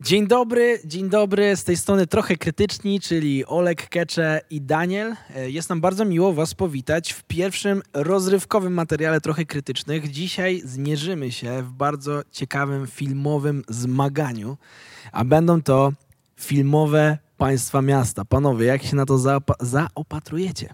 Dzień dobry, z tej strony Trochę Krytyczni, czyli Olek, Kecze i Daniel. Jest nam bardzo miło Was powitać w pierwszym rozrywkowym materiale Trochę Krytycznych. Dzisiaj zmierzymy się w bardzo ciekawym filmowym zmaganiu, a będą to filmowe państwa miasta. Panowie, jak się na to zaopatrujecie?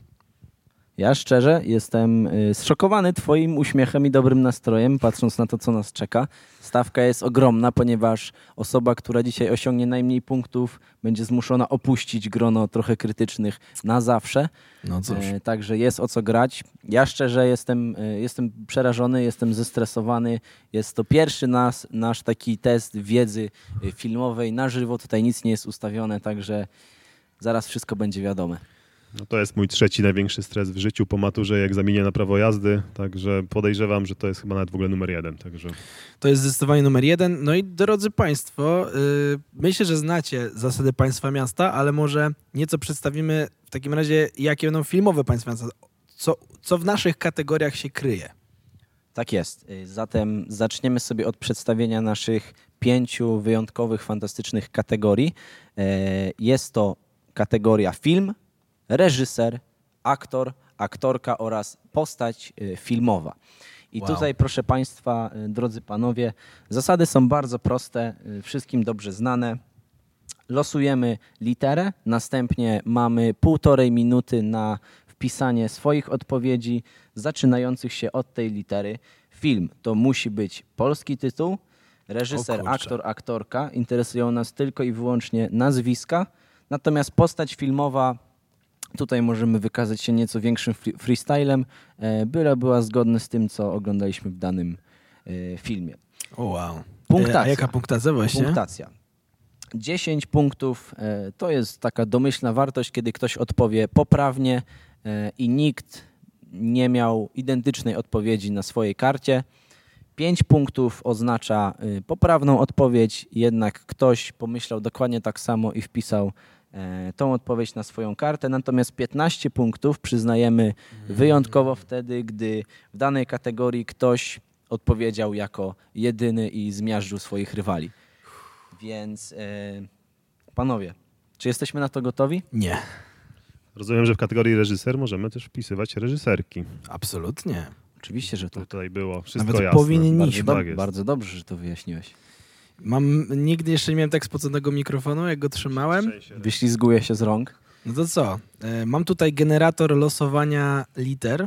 Ja szczerze jestem zszokowany twoim uśmiechem i dobrym nastrojem, patrząc na to, co nas czeka. Stawka jest ogromna, ponieważ osoba, która dzisiaj osiągnie najmniej punktów, będzie zmuszona opuścić grono Trochę Krytycznych na zawsze. No cóż. Także jest o co grać. Ja szczerze jestem przerażony, jestem zestresowany. Jest to pierwszy nasz taki test wiedzy filmowej na żywo. Tutaj nic nie jest ustawione, także zaraz wszystko będzie wiadome. No to jest mój trzeci największy stres w życiu po maturze i egzaminie na prawo jazdy, także podejrzewam, że to jest chyba nawet w ogóle numer 1. Także. To jest zdecydowanie numer 1. No i drodzy Państwo, myślę, że znacie zasady państwa miasta, ale może nieco przedstawimy w takim razie, jakie będą filmowe państwa miasta. Co w naszych kategoriach się kryje? Tak jest. Zatem zaczniemy sobie od przedstawienia naszych 5 wyjątkowych, fantastycznych kategorii. Jest to kategoria film, reżyser, aktor, aktorka oraz postać filmowa. I tutaj, proszę Państwa, drodzy panowie, zasady są bardzo proste, wszystkim dobrze znane. Losujemy literę, następnie mamy 1,5 minuty na wpisanie swoich odpowiedzi zaczynających się od tej litery. Film to musi być polski tytuł, reżyser, aktor, aktorka. Interesują nas tylko i wyłącznie nazwiska, natomiast postać filmowa tutaj możemy wykazać się nieco większym freestylem, byle była zgodna z tym, co oglądaliśmy w danym filmie. O wow. Punktacja. A jaka punktacja właśnie? Punktacja. 10 punktów to jest taka domyślna wartość, kiedy ktoś odpowie poprawnie i nikt nie miał identycznej odpowiedzi na swojej karcie. 5 punktów oznacza poprawną odpowiedź, jednak ktoś pomyślał dokładnie tak samo i wpisał tą odpowiedź na swoją kartę. Natomiast 15 punktów przyznajemy wyjątkowo wtedy, gdy w danej kategorii ktoś odpowiedział jako jedyny i zmiażdżył swoich rywali. Więc panowie, czy jesteśmy na to gotowi? Nie. Rozumiem, że w kategorii reżyser możemy też wpisywać reżyserki. Absolutnie. Oczywiście, że tak. Tutaj było wszystko Nawet jasne. powinniśmy. Bardzo dobrze, że to wyjaśniłeś. Nigdy jeszcze nie miałem tak spoconego mikrofonu, jak go trzymałem. Wyślizguje się z rąk. No to co? Mam tutaj generator losowania liter.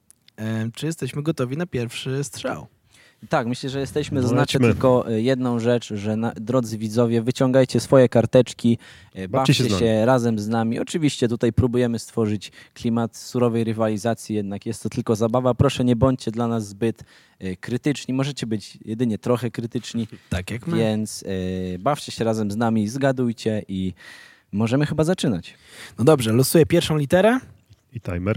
Czy jesteśmy gotowi na pierwszy strzał? Tak, myślę, że jesteśmy. No Zaznaczę lecimy. tylko jedną rzecz, że drodzy widzowie, wyciągajcie swoje karteczki, bawcie się razem z nami. Oczywiście tutaj próbujemy stworzyć klimat surowej rywalizacji, jednak jest to tylko zabawa. Proszę, nie bądźcie dla nas zbyt krytyczni. Możecie być jedynie trochę krytyczni. Tak jak my. Więc bawcie się razem z nami, zgadujcie i możemy chyba zaczynać. No dobrze, losuję pierwszą literę. I timer.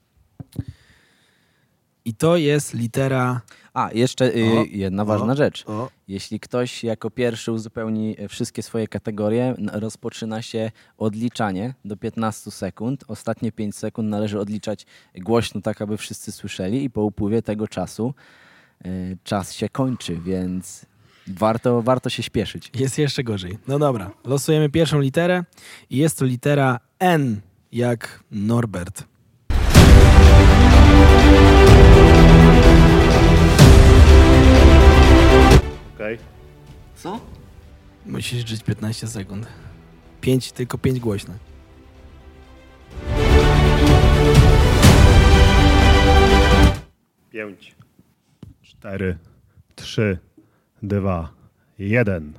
I to jest litera... Jeszcze jedna ważna rzecz. O. Jeśli ktoś jako pierwszy uzupełni wszystkie swoje kategorie, rozpoczyna się odliczanie do 15 sekund. Ostatnie 5 sekund należy odliczać głośno, tak aby wszyscy słyszeli i po upływie tego czasu czas się kończy, więc warto się śpieszyć. Jest jeszcze gorzej. No dobra, losujemy pierwszą literę i jest to litera N, jak Norbert. Okej. Co? Musisz żyć 15 sekund. Tylko 5 głośne. Pięć, 4, 3, 2, 1.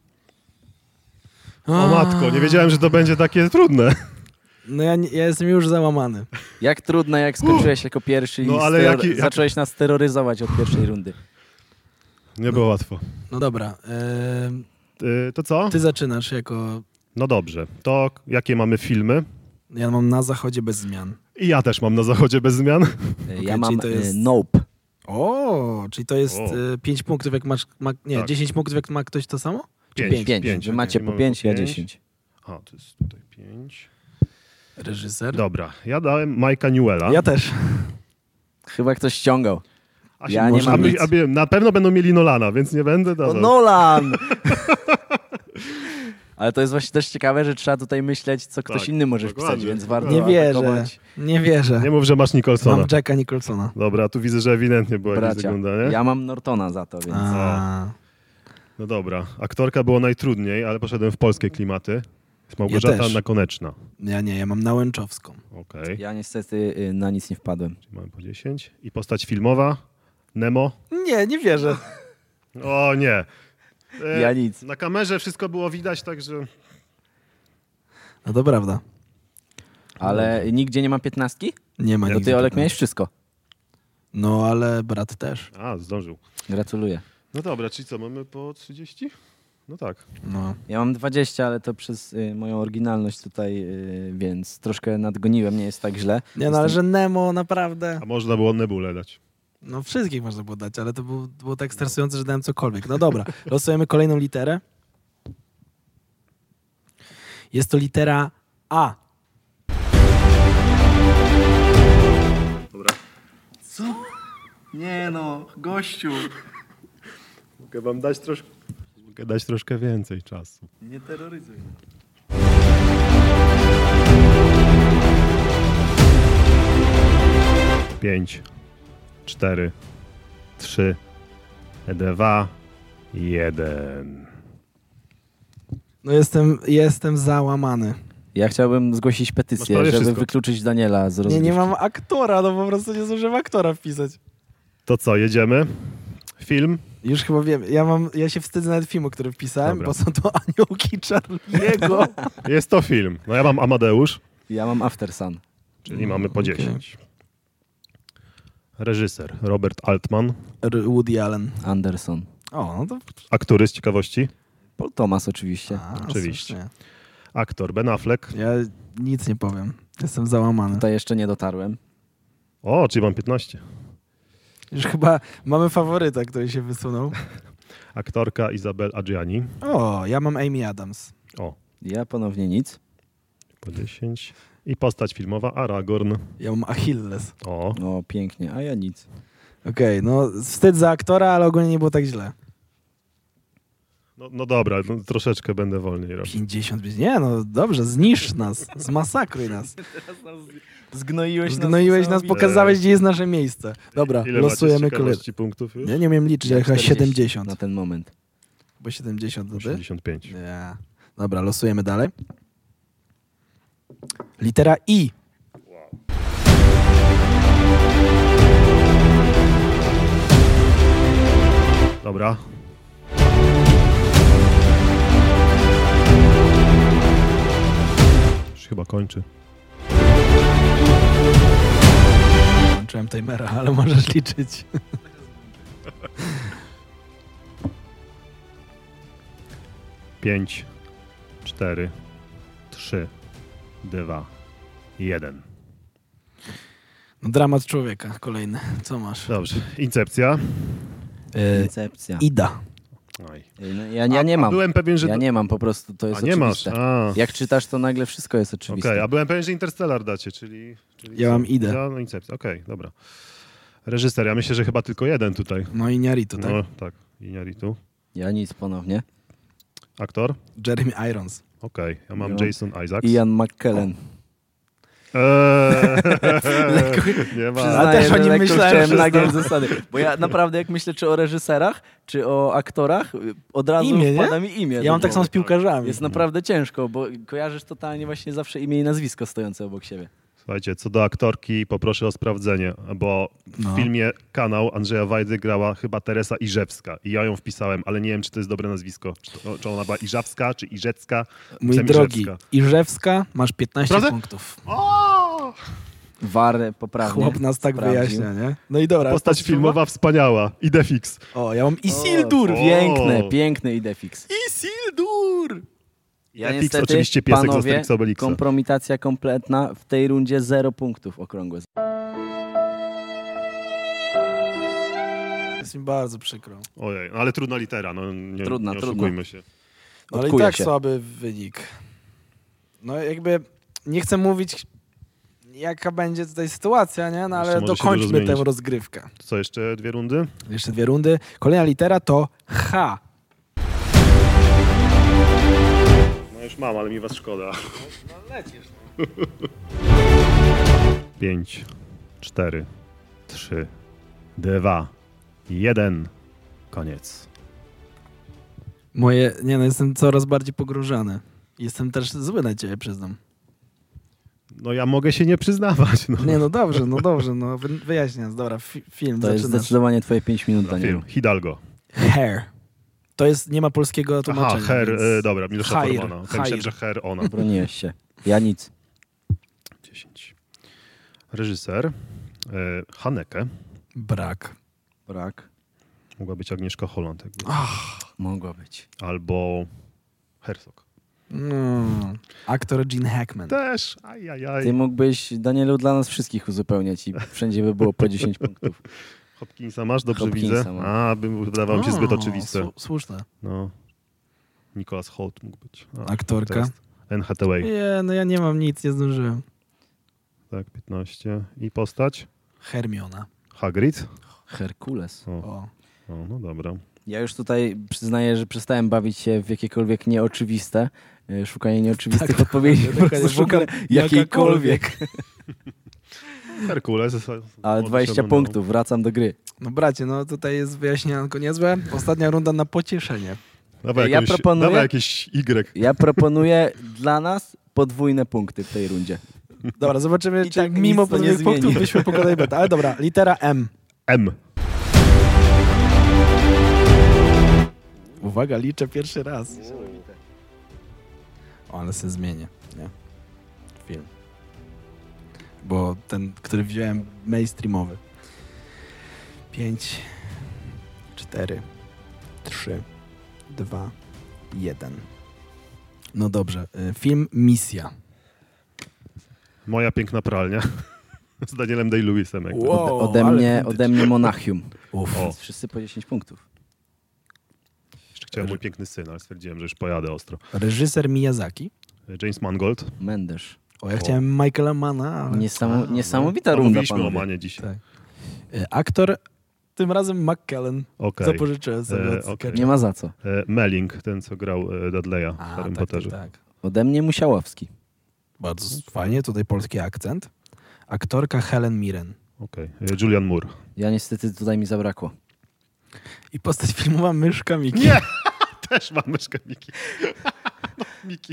O matko, nie wiedziałem, że to będzie takie trudne. No ja jestem już załamany. Jak trudno, jak skończyłeś jako pierwszy i zacząłeś nas terroryzować od pierwszej rundy. Nie było łatwo. No dobra. To co? Ty zaczynasz jako... No dobrze. To jakie mamy filmy? Ja mam Na zachodzie bez zmian. I ja też mam Na zachodzie bez zmian. Ja mam to jest... Nope. O, czyli to jest 5 punktów, jak masz... Nie, tak. 10 punktów, jak ma ktoś to samo? 5. Wy macie po 5, ja 10. A, to jest tutaj 5. Reżyser? Dobra, ja dałem Mike'a Newella. Ja też. Chyba ktoś ściągał. Ja nie mam nic. Na pewno będą mieli Nolana, więc nie będę dawał. Nolan! Ale to jest właśnie też ciekawe, że trzeba tutaj myśleć, co ktoś Tak, inny może dokładnie. wpisać, więc warto Nie wierzę, atakować. nie wierzę. Nie mów, że masz Nicholsona. Mam Jacka Nicholsona. Dobra, tu widzę, że ewidentnie była jakaś Bracia, sekunda, nie? ja mam Nortona za to, więc... A, No dobra, aktorka było najtrudniej, ale poszedłem w polskie klimaty. Jest Małgorzata też. Nakoneczna. ja mam Nałęczowską. Okej, Ja niestety na nic nie wpadłem. czyli mamy po 10. I postać filmowa? Nemo? Nie wierzę. O nie. Ja nic. Na kamerze wszystko było widać, także... No to prawda. Ale nigdzie nie ma 15? Nie ma To nigdy ty, Olek, pytań. miałeś wszystko. No, ale brat też. A, zdążył. Gratuluję. No dobra, czyli co, mamy po 30? No tak. No. Ja mam 20, ale to przez moją oryginalność tutaj, więc troszkę nadgoniłem, nie jest tak źle. Nie, no ale że Nemo naprawdę... A można było Nebulę dać. No wszystkich można było dać, ale to było tak stresujące, że dałem cokolwiek. No dobra, losujemy kolejną literę. Jest to litera A. Dobra. Nie no, gościu, Mogę wam dać troszkę... Mogę dać troszkę więcej czasu. nie terroryzuj. Pięć, 4, 3, 2, 1. No jestem załamany. Ja chciałbym zgłosić Masz petycję, prawie żeby wszystko. wykluczyć Daniela z rozgrywki. Nie mam aktora, no po prostu nie zdążyłem aktora wpisać. To co, jedziemy? Film? Już chyba wiem, ja się wstydzę nawet filmu, który wpisałem, Dobra. bo są to aniołki Charlie'ego. Jest to film. No ja mam Amadeusz, Ja mam After Sun. czyli mamy po okej. 10. Reżyser Robert Altman. Woody Allen. Anderson. O, no to... Aktory z ciekawości. Paul Thomas oczywiście. Oczywiście. słusznie. Aktor Ben Affleck. Ja nic nie powiem. Jestem załamany. Tutaj jeszcze nie dotarłem. O, czyli mam 15. Już chyba mamy faworyta, który się wysunął. Aktorka Isabel Adjani. O, ja mam Amy Adams. O, Ja ponownie nic. po 10. I postać filmowa Aragorn. Ja mam Achilles. O, O, pięknie, a ja nic. Okej, no wstyd za aktora, ale ogólnie nie było tak źle. no dobra, no, troszeczkę będę wolniej robił. 50, nie no dobrze, zniszcz nas, zmasakruj nas. Zgnoiłeś Zgnoiłeś nas, pokazałeś, gdzie jest nasze miejsce. Dobra, Ile losujemy macie kolejny. ciekawości punktów już? Ja nie umiem liczyć, ale chyba 70. na ten moment. Bo 70 to ty? 85. Nie. Dobra, losujemy dalej. Litera I. Dobra. Już chyba kończy. Włączyłem timera, ale możesz liczyć. Pięć, 4, 3, 2, 1. No, dramat człowieka, kolejny. Co masz? Dobrze. Incepcja. Koncepcja. Ida. Oj. No, ja nie mam. Byłem pewien, że... Ja nie mam, po prostu to jest A nie masz? oczywiste. A. Jak czytasz, to nagle wszystko jest Okej, oczywiste. a byłem pewien, że Interstellar dacie, czyli Ja co? mam Idę. Ja, no Incepcja, okej, dobra. Reżyser, ja myślę, że chyba tylko jeden tutaj. No i Niarito, tak? No tak, Iñárritu. Ja nic ponownie. Aktor? Jeremy Irons. Okej, ja mam Ja. Jason Isaacs. Ian McKellen. Nie ma. A też o nim lekko myślałem, chciałem że nagiąć znam. zasady. Bo ja naprawdę jak myślę czy o reżyserach, czy o aktorach, od razu Imię, nie? wpada mi imię. Ja do mam tak samo głowy. z piłkarzami. Jest naprawdę ciężko, bo kojarzysz totalnie właśnie zawsze imię i nazwisko stojące obok siebie. Słuchajcie, co do aktorki, poproszę o sprawdzenie, bo w No. filmie Kanał Andrzeja Wajdy grała chyba Teresa Iżewska i ja ją wpisałem, ale nie wiem, czy to jest dobre nazwisko. Czy ona była Iżawska, czy Iżecka? Mój Pisałem drogi, Iżewska. Iżewska, masz 15 Prawda? punktów. O! War poprawnie. Chłop nas tak sprawdził. wyjaśnia, nie? No i dobra. Postać filmowa wspaniała. Idefix. O, ja mam Isildur. O. Piękny Idefix. Isildur! Ja Idefix, niestety, oczywiście piesek z panowie, Asterixa Obelixa. kompromitacja kompletna. W tej rundzie 0 punktów okrągłe. Jest mi bardzo przykro. Ojej, no ale trudna litera, no nie, Trudna, nie trudna. oszukujmy się. No ale i Odkuję tak się. słaby wynik. No jakby nie chcę mówić, jaka będzie tutaj sytuacja, nie? No Jeszcze ale może się dokończmy dużo tę zmienić. rozgrywkę. To co, jeszcze 2 rundy? Jeszcze 2 rundy. Kolejna litera to H. Już mam, ale mi was szkoda. No lecisz. 5, 4, 3, 2, 1. Koniec. Jestem coraz bardziej pogrążany. Jestem też zły na ciebie, przyznam. No ja mogę się nie przyznawać. No. Nie, no dobrze, wyjaśniam. Dobra, film To jest zaczynasz. zdecydowanie twoje 5 minut, Danielu. Film. Hidalgo. Hair. To jest, nie ma polskiego tłumaczenia. Aha, Her, więc... dobra, Milosza Hair. Formana. Myślałem, że Her, ona. Broniłeś się. Ja nic. 10. Reżyser Haneke. Brak. Brak. Mogła być Agnieszka Holland. Jakby. Mogła być. Albo Herzog. No. Aktor Gene Hackman. Też. Ajajaj. Ty mógłbyś, Danielu, dla nas wszystkich uzupełniać i wszędzie by było po 10 punktów. Hopkinsa masz? Dobrze Hopkinsa widzę. mam. Wydawało mi się zbyt oczywiste. Słuszne. No. Nicholas Hoult mógł być. Aktorka. to jest Anne Hathaway. Nie, no ja nie mam nic, nie zdążyłem. Tak, 15. I postać? Hermiona. Hagrid. Herkules. O. No dobra. Ja już tutaj przyznaję, że przestałem bawić się w jakiekolwiek nieoczywiste. Szukanie nieoczywistych odpowiedzi. Po prostu szukam jakiejkolwiek. Herkules. Ale 20 punktów, wracam do gry. No bracie, no tutaj jest wyjaśnianko niezłe. Ostatnia runda na pocieszenie. Dawaj Ja jakieś, proponuję- dawaj jakieś Y. Ja proponuję dla nas podwójne punkty w tej rundzie. Dobra, zobaczymy, I czy tak mimo nic to nie podwójnych punktów zmieni. byśmy pokonali betę. Ale dobra, litera M. M. Uwaga, liczę pierwszy raz. O, ale se zmienię, nie? Film. Bo ten, który wziąłem, mainstreamowy. 5, 4, 3, 2, 1. No dobrze. Film Misja. Moja piękna pralnia. Z Danielem Day-Lewisem. jakby. Wow. Ode mnie Monachium. Uf. O. Wszyscy po 10 punktów. Jeszcze chciałem mój piękny syn, ale stwierdziłem, że już pojadę ostro. Reżyser Miyazaki. James Mangold. Mendesz. O, ja chciałem Michaela Manna, ale... Niesamowita No, runda, mówiliśmy o panowie. Manie dzisiaj. Tak. Aktor, tym razem McKellen. Okej. Zapożyczyłem sobie od okej. sketcha. Nie ma za co. Melling, ten co grał Dudleya w Harrym Potterze. Tak. Ode mnie Musiałowski. Bardzo fajnie, tutaj polski akcent. Aktorka Helen Mirren. Okej. Julian Moore. Ja niestety tutaj mi zabrakło. I postać filmowa Myszka Miki. Nie! Też mam myszkę Miki. No, Miki.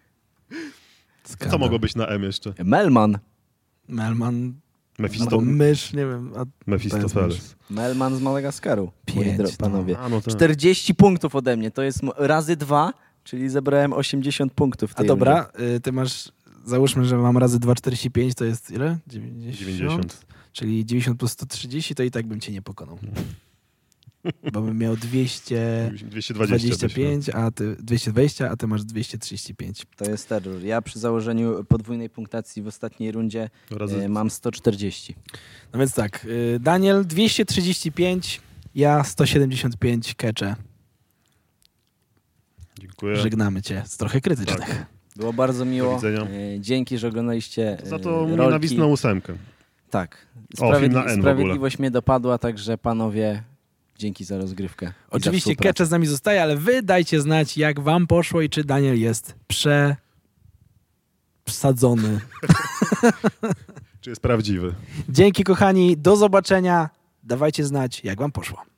Co mogło być na M jeszcze? Melman. Melman. Mefisto... Albo mysz, nie wiem. Mefistofeles. Melman z Madagaskaru. moi 5, panowie. A, no to... 40 punktów ode mnie. To jest razy 2, czyli zebrałem 80 punktów w A tej dobra, ty masz, załóżmy, że mam razy 2,45, to jest ile? 90. Czyli 90 plus 130, to i tak bym cię nie pokonał. Bo bym miał 225, a ty 220, a ty masz 235. To jest terror. Ja przy założeniu podwójnej punktacji w ostatniej rundzie Razy... mam 140. No więc tak, Daniel 235, ja 175 kecze. Dziękuję. Żegnamy cię z trochę krytycznych. Tak. Było bardzo miło. Do widzenia. Dzięki, że oglądaliście Za to rolki. nienawistną 8. Tak. Film na N w ogóle. Sprawiedliwość mnie dopadła, także panowie, dzięki za rozgrywkę. i za Oczywiście współpracę. kecze z nami zostaje, ale wy dajcie znać, jak wam poszło i czy Daniel jest przesadzony. Czy jest prawdziwy? Dzięki kochani, do zobaczenia. Dawajcie znać, jak wam poszło.